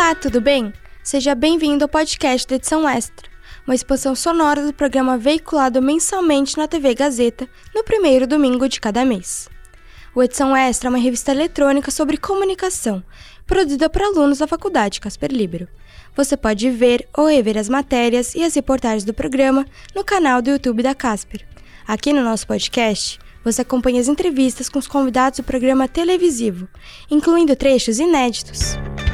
Olá, tudo bem? Seja bem-vindo ao podcast da Edição Extra, uma expansão sonora do programa veiculado mensalmente na TV Gazeta, no primeiro domingo de cada mês. O Edição Extra é uma revista eletrônica sobre comunicação, produzida por alunos da Faculdade Casper Libero. Você pode ver ou rever as matérias e as reportagens do programa no canal do YouTube da Casper. Aqui no nosso podcast, você acompanha as entrevistas com os convidados do programa televisivo, incluindo trechos inéditos.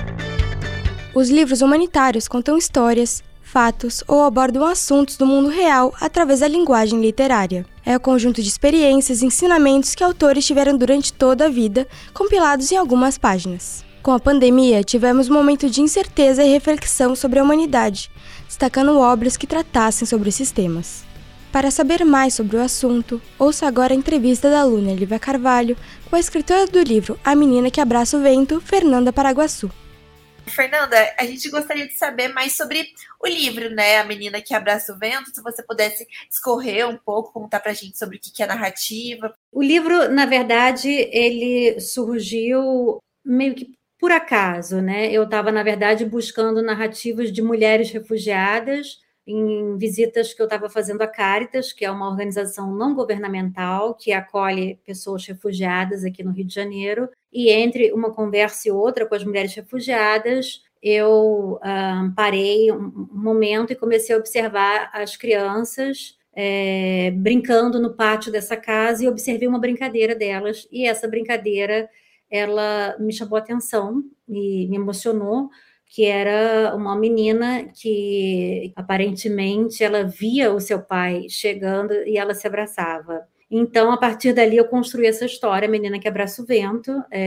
Os livros humanitários contam histórias, fatos ou abordam assuntos do mundo real através da linguagem literária. É o conjunto de experiências e ensinamentos que autores tiveram durante toda a vida, compilados em algumas páginas. Com a pandemia, tivemos um momento de incerteza e reflexão sobre a humanidade, destacando obras que tratassem sobre esses temas. Para saber mais sobre o assunto, ouça agora a entrevista da aluna Lívia Carvalho com a escritora do livro A Menina que Abraça o Vento, Fernanda Paraguaçu. Fernanda, a gente gostaria de saber mais sobre o livro, né? A Menina que Abraça o Vento. Se você pudesse discorrer um pouco, contar pra gente sobre o que é narrativa. O livro, na verdade, ele surgiu meio que por acaso, né? Eu estava, na verdade, buscando narrativas de mulheres refugiadas em visitas que eu estava fazendo à Caritas, que é uma organização não governamental que acolhe pessoas refugiadas aqui no Rio de Janeiro. E entre uma conversa e outra com as mulheres refugiadas, eu parei um momento e comecei a observar as crianças brincando no pátio dessa casa e observei uma brincadeira delas. E essa brincadeira, ela me chamou a atenção e me emocionou, que era uma menina que, aparentemente, ela via o seu pai chegando e ela se abraçava. Então, a partir dali, eu construí essa história, A Menina que Abraça o Vento.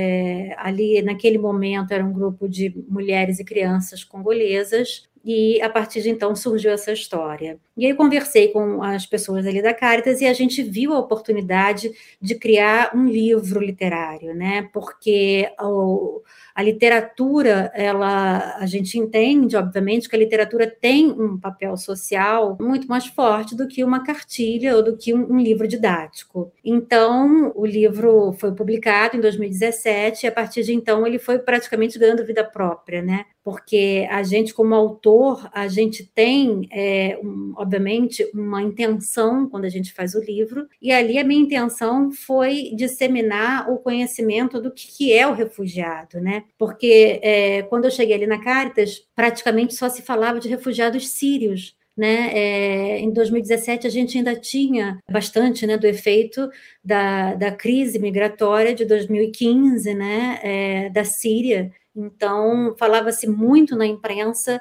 Ali, naquele momento, era um grupo de mulheres e crianças congolesas, e, a partir de então, surgiu essa história. E aí, eu conversei com as pessoas ali da Caritas e a gente viu a oportunidade de criar um livro literário, né? Porque a literatura, a gente entende, obviamente, que a literatura tem um papel social muito mais forte do que uma cartilha ou do que um livro didático. Então, o livro foi publicado em 2017 e, a partir de então, ele foi praticamente ganhando vida própria, né? Porque a gente, como autor, a gente tem, obviamente, uma intenção quando a gente faz o livro, e ali a minha intenção foi disseminar o conhecimento do que é o refugiado, né? Porque quando eu cheguei ali na Caritas, praticamente só se falava de refugiados sírios, né? Em 2017 a gente ainda tinha bastante, né, do efeito da crise migratória de 2015, né, da Síria. Então falava-se muito na imprensa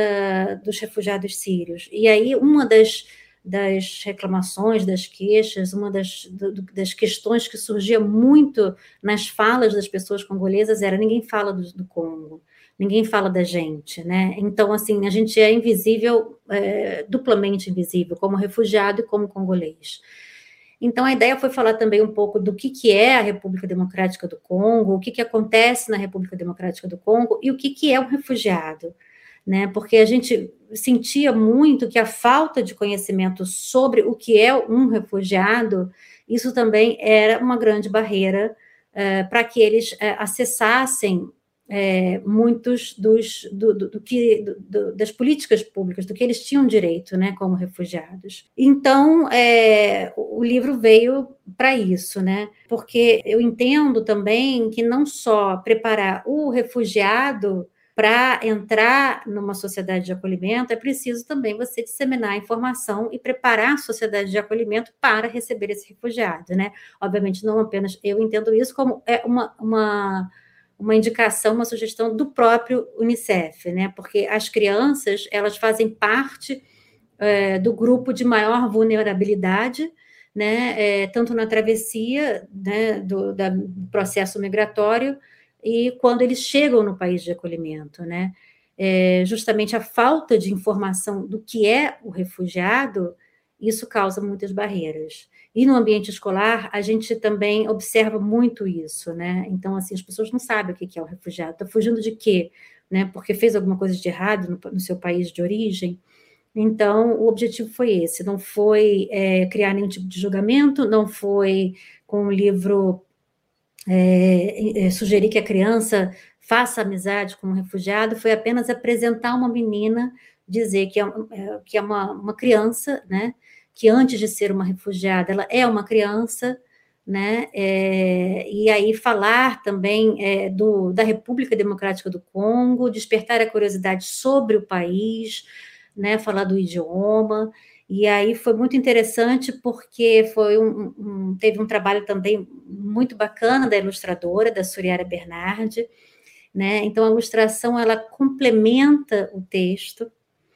dos refugiados sírios. E aí uma das reclamações, das queixas, uma das questões que surgia muito nas falas das pessoas congolesas era: ninguém fala do Congo, ninguém fala da gente, né? Então, assim, a gente é invisível, duplamente invisível, como refugiado e como congolês. Então, a ideia foi falar também um pouco do que é a República Democrática do Congo, o que acontece na República Democrática do Congo e o que é um refugiado, né? Porque a gente sentia muito que a falta de conhecimento sobre o que é um refugiado, isso também era uma grande barreira para que eles acessassem muitos das políticas públicas, do que eles tinham direito, né, como refugiados. Então, o livro veio para isso, né, porque eu entendo também que não só preparar o refugiado para entrar numa sociedade de acolhimento, é preciso também você disseminar a informação e preparar a sociedade de acolhimento para receber esse refugiado, né? Obviamente, não apenas eu entendo isso, como é uma indicação, uma sugestão do próprio Unicef, né? Porque as crianças, elas fazem parte do grupo de maior vulnerabilidade, né? Tanto na travessia, né, do processo migratório, e quando eles chegam no país de acolhimento, né? Justamente a falta de informação do que é o refugiado, isso causa muitas barreiras. E no ambiente escolar, a gente também observa muito isso, né? Então, assim, as pessoas não sabem o que é o refugiado. Está fugindo de quê? Né? Porque fez alguma coisa de errado no seu país de origem? Então, o objetivo foi esse. Não foi criar nenhum tipo de julgamento, não foi com o livro sugerir que a criança faça amizade com um refugiado, foi apenas apresentar uma menina, dizer que é uma criança, né? Que antes de ser uma refugiada, ela é uma criança, né? E aí falar também da República Democrática do Congo, despertar a curiosidade sobre o país, né? Falar do idioma. E aí foi muito interessante porque teve um trabalho também muito bacana da ilustradora, da Suriara Bernardi, né? Então a ilustração ela complementa o texto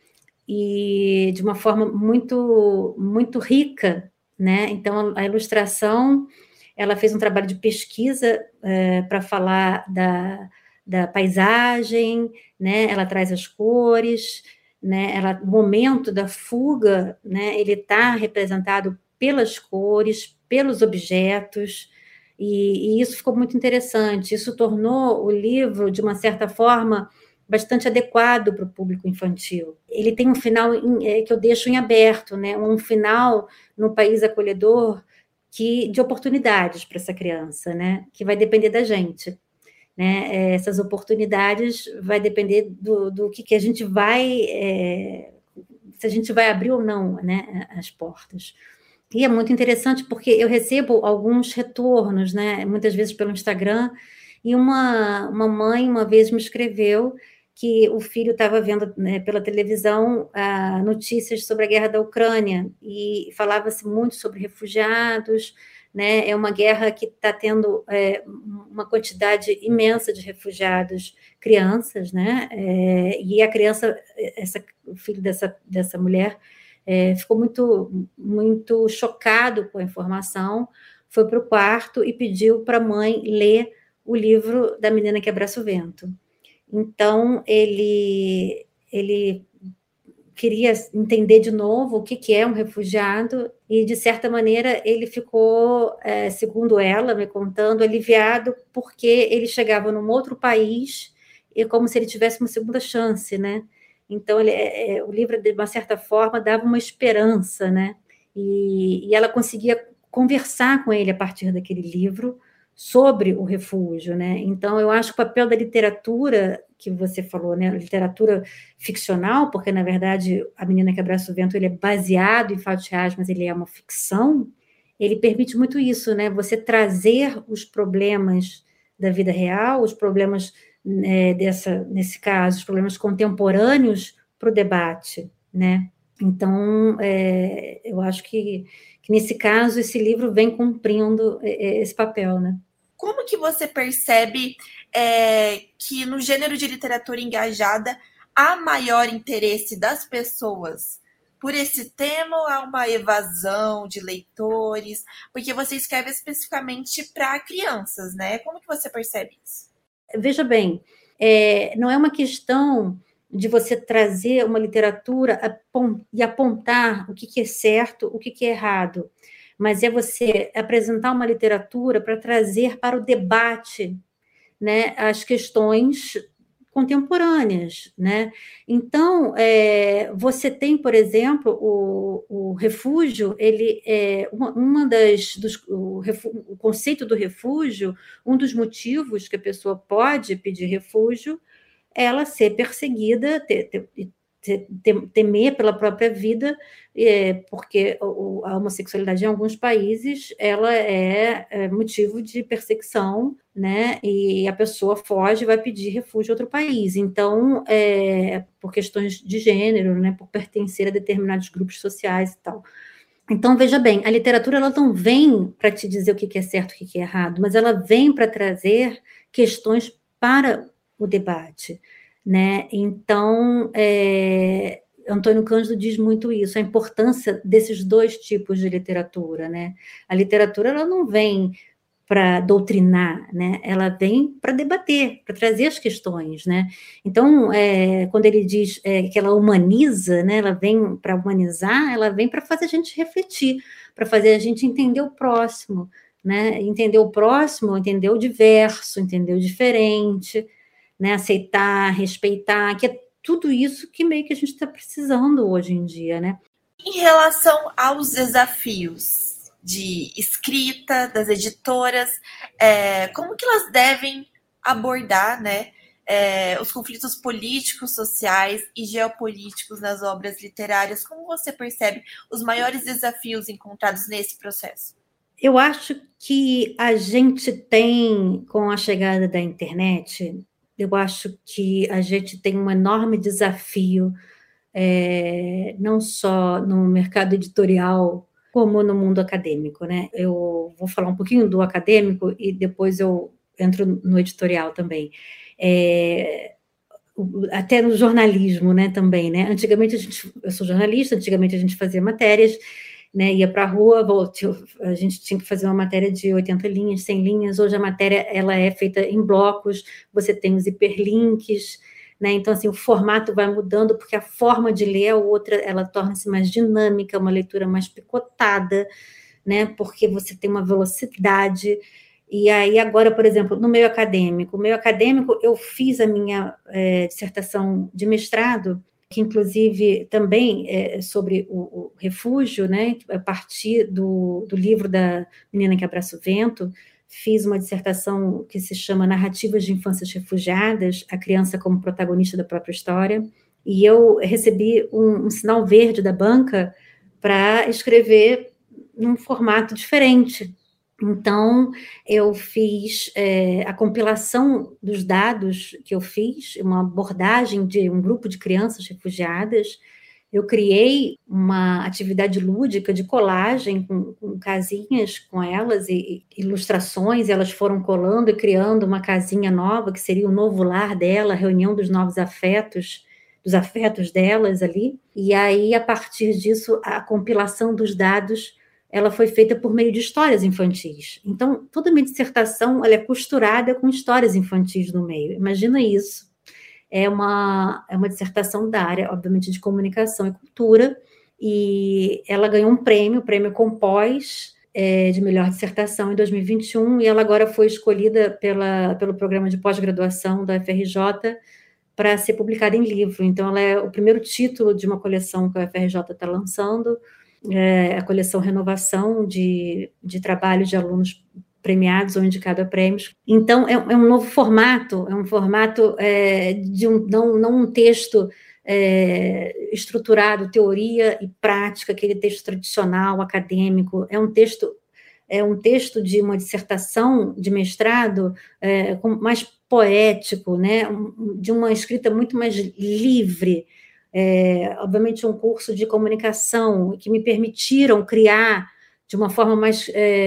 e de uma forma muito muito rica, né? Então a ilustração ela fez um trabalho de pesquisa para falar da paisagem, né? Ela traz as cores, né? O momento da fuga, né? Ele está representado pelas cores, pelos objetos, e isso ficou muito interessante. Isso tornou o livro, de uma certa forma, bastante adequado para o público infantil. Ele tem um final que eu deixo em aberto, né? Um final no país acolhedor de oportunidades para essa criança, né? Que vai depender da gente. Né? Essas oportunidades vai depender do que a gente vai, se a gente vai abrir ou não, né, as portas. E é muito interessante porque eu recebo alguns retornos, né, muitas vezes pelo Instagram, e uma mãe uma vez me escreveu que o filho estava vendo, né, pela televisão notícias sobre a guerra da Ucrânia, e falava-se muito sobre refugiados, né? É uma guerra que está tendo uma quantidade imensa de refugiados, crianças, né? E a criança, o filho dessa mulher, ficou muito, muito chocado com a informação, foi para o quarto e pediu para a mãe ler o livro da Menina que Abraça o Vento. Então, ele queria entender de novo o que é um refugiado e, de certa maneira, ele ficou, segundo ela, me contando, aliviado porque ele chegava num outro país e como se ele tivesse uma segunda chance, né? Então, o livro, de uma certa forma, dava uma esperança, né? E ela conseguia conversar com ele a partir daquele livro sobre o refúgio, né? Então, eu acho que o papel da literatura, que você falou, né? Literatura ficcional, porque, na verdade, A Menina que Abraça o Vento ele é baseado em fatos reais, mas ele é uma ficção, ele permite muito isso, né? Você trazer os problemas da vida real, os problemas, nesse caso, os problemas contemporâneos para o debate, né? Então, eu acho que nesse caso, esse livro vem cumprindo esse papel, né? Como que você percebe que no gênero de literatura engajada há maior interesse das pessoas por esse tema ou há uma evasão de leitores? Porque você escreve especificamente para crianças, né? Como que você percebe isso? Veja bem, não é uma questão de você trazer uma literatura e apontar o que é certo, o que é errado, mas é você apresentar uma literatura para trazer para o debate, né, as questões contemporâneas, né? Então, você tem, por exemplo, o refúgio, ele é o conceito do refúgio, um dos motivos que a pessoa pode pedir refúgio, ela ser perseguida, temer pela própria vida, porque a homossexualidade em alguns países ela é motivo de perseguição, né? E a pessoa foge e vai pedir refúgio em outro país. Então, por questões de gênero, né? Por pertencer a determinados grupos sociais e tal. Então, veja bem, a literatura ela não vem para te dizer o que é certo e o que é errado, mas ela vem para trazer questões para o debate, né? Então, Antônio Cândido diz muito isso, a importância desses dois tipos de literatura, né? A literatura ela não vem para doutrinar, né? Ela vem para debater, para trazer as questões, né? Então, quando ele diz que ela humaniza, né? Ela vem para humanizar, ela vem para fazer a gente refletir, para fazer a gente entender o próximo, né? Entender o próximo, entender o diverso, entender o diferente, né? Aceitar, respeitar, que é tudo isso que meio que a gente está precisando hoje em dia, né? Em relação aos desafios de escrita das editoras, como que elas devem abordar, né, os conflitos políticos, sociais e geopolíticos nas obras literárias. Como você percebe os maiores desafios encontrados nesse processo? Eu acho que a gente tem, com a chegada da internet, eu acho que a gente tem um enorme desafio, não só no mercado editorial, como no mundo acadêmico, né? Eu vou falar um pouquinho do acadêmico e depois eu entro no editorial também. Até no jornalismo, né, também, né? Antigamente eu sou jornalista, antigamente a gente fazia matérias, né, ia para a rua, a gente tinha que fazer uma matéria de 80 linhas, 100 linhas, hoje a matéria ela é feita em blocos, você tem os hiperlinks, né, então assim, o formato vai mudando, porque a forma de ler é outra, ela torna-se mais dinâmica, uma leitura mais picotada, né, porque você tem uma velocidade. E aí agora, por exemplo, no meio acadêmico, eu fiz a minha dissertação de mestrado, que inclusive também é sobre o refúgio, né, a partir do livro da Menina que Abraça o Vento, fiz uma dissertação que se chama Narrativas de Infâncias Refugiadas, a criança como protagonista da própria história, e eu recebi um sinal verde da banca para escrever num formato diferente. Então, eu fiz a compilação dos dados que eu fiz, uma abordagem de um grupo de crianças refugiadas. Eu criei uma atividade lúdica de colagem com casinhas com elas e ilustrações, e elas foram colando e criando uma casinha nova, que seria o novo lar dela, a reunião dos novos afetos, dos afetos delas ali. E aí, a partir disso, a compilação dos dados ela foi feita por meio de histórias infantis. Então, toda a minha dissertação ela é costurada com histórias infantis no meio. Imagina isso. É uma dissertação da área, obviamente, de comunicação e cultura, e ela ganhou um prêmio, o Prêmio Compós, de melhor dissertação em 2021, e ela agora foi escolhida pelo programa de pós-graduação da UFRJ para ser publicada em livro. Então, ela é o primeiro título de uma coleção que a UFRJ está lançando, a coleção Renovação de trabalhos de alunos premiados ou indicados a prêmios. Então, é um novo formato, de não um texto estruturado, teoria e prática, aquele texto tradicional, acadêmico, é um texto de uma dissertação de mestrado mais poético, né? De uma escrita muito mais livre, obviamente um curso de comunicação que me permitiram criar de uma forma mais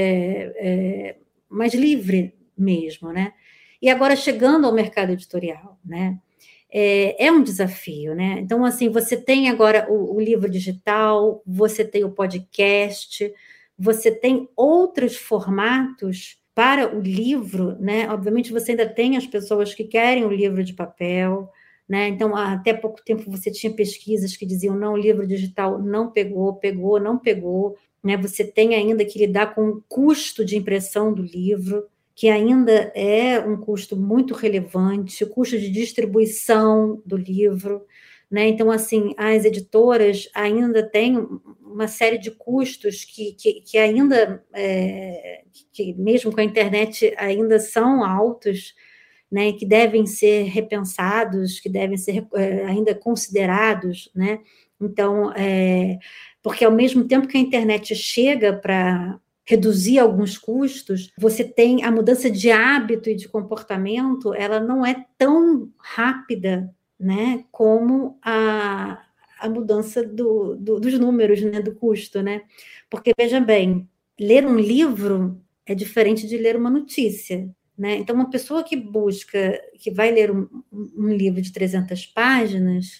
livre mesmo, né? E agora chegando ao mercado editorial, né? É um desafio, né? Então, assim, você tem agora o livro digital, você tem o podcast, você tem outros formatos para o livro, né? Obviamente, você ainda tem as pessoas que querem o livro de papel, né? Então, até pouco tempo você tinha pesquisas que diziam não, o livro digital não pegou, não pegou, né? Você tem ainda que lidar com o custo de impressão do livro, que ainda é um custo muito relevante, o custo de distribuição do livro, né? Então, assim, as editoras ainda têm uma série de custos que ainda, que mesmo com a internet, ainda são altos, né, que devem ser repensados, que devem ser ainda considerados, né? Então, porque ao mesmo tempo que a internet chega para reduzir alguns custos, você tem a mudança de hábito e de comportamento, ela não é tão rápida, né, como a mudança dos números, né, do custo, né? Porque, veja bem, ler um livro é diferente de ler uma notícia, né? Então, uma pessoa que vai ler um livro de 300 páginas,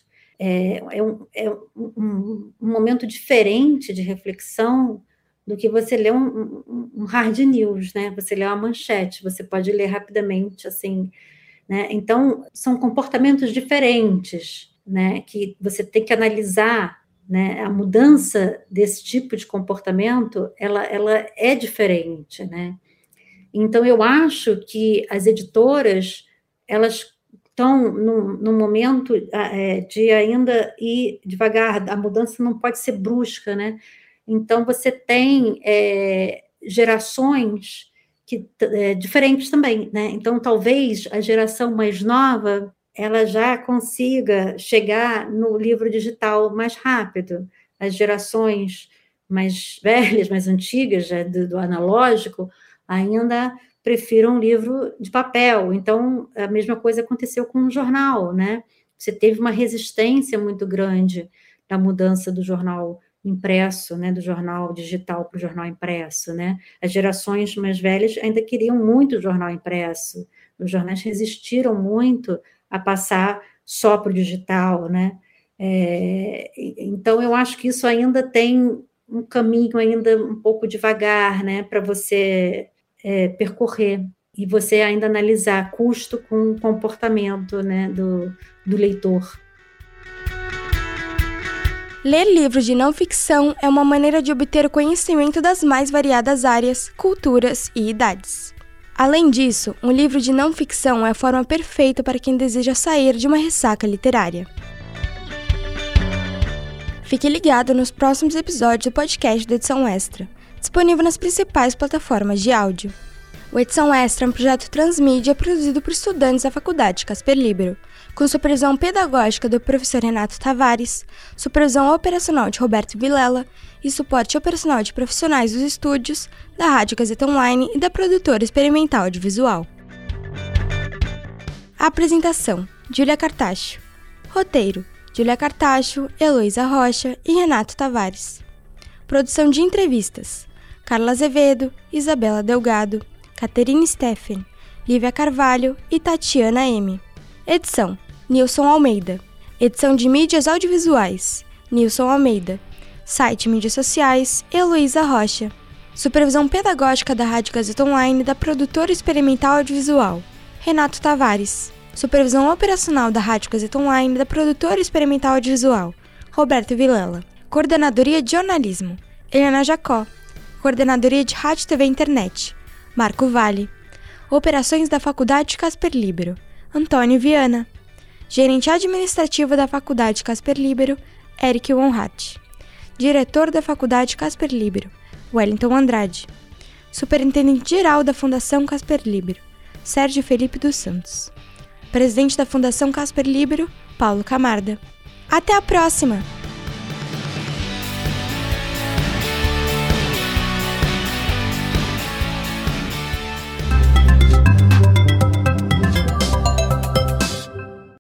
um momento diferente de reflexão do que você ler um hard news, né? Você lê uma manchete, você pode ler rapidamente, assim, né? Então, são comportamentos diferentes, né? Que você tem que analisar, né? A mudança desse tipo de comportamento, ela é diferente, né? Então, eu acho que as editoras, elas estão num momento de ainda ir devagar, a mudança não pode ser brusca, né? Então, você tem gerações diferentes também, né? Então, talvez a geração mais nova ela já consiga chegar no livro digital mais rápido. As gerações mais velhas, mais antigas, já do analógico, ainda prefiram um livro de papel. Então, a mesma coisa aconteceu com o jornal, né? Você teve uma resistência muito grande na mudança do jornal impresso, né? Do jornal digital para o jornal impresso, né? As gerações mais velhas ainda queriam muito o jornal impresso. Os jornais resistiram muito a passar só para o digital, né? Então, eu acho que isso ainda tem um caminho ainda um pouco devagar, né? Para você percorrer e você ainda analisar custo com comportamento, né? do leitor. Ler livros de não ficção é uma maneira de obter o conhecimento das mais variadas áreas, culturas e idades. Além disso, um livro de não ficção é a forma perfeita para quem deseja sair de uma ressaca literária. Fique ligado nos próximos episódios do podcast da Edição Extra, disponível nas principais plataformas de áudio. O Edição Extra é um projeto transmídia produzido por estudantes da Faculdade Casper Libero, com supervisão pedagógica do professor Renato Tavares, supervisão operacional de Roberto Vilela e suporte operacional de profissionais dos estúdios, da Rádio Gazeta Online e da produtora experimental audiovisual. A apresentação: Júlia Cartacho. Roteiro: Júlia Cartacho, Heloísa Rocha e Renato Tavares. Produção de entrevistas: Carla Azevedo, Isabela Delgado, Caterine Steffen, Lívia Carvalho e Tatiana M. Edição: Nilson Almeida. Edição de mídias audiovisuais: Nilson Almeida. Site mídias sociais: Heloísa Rocha. Supervisão pedagógica da Rádio Gazeta Online e da produtora experimental audiovisual: Renato Tavares. Supervisão operacional da Rádio Gazeta Online e da produtora experimental audiovisual: Roberto Vilela. Coordenadoria de jornalismo: Helena Jacó. Coordenadoria de Rádio e TV Internet: Marco Vale. Operações da Faculdade Casper Libero: Antônio Viana. Gerente administrativo da Faculdade Casper Libero: Eric Wonhart. Diretor da Faculdade Casper Libero: Wellington Andrade. Superintendente-geral da Fundação Casper Libero: Sérgio Felipe dos Santos. Presidente da Fundação Casper Libero: Paulo Camarda. Até a próxima!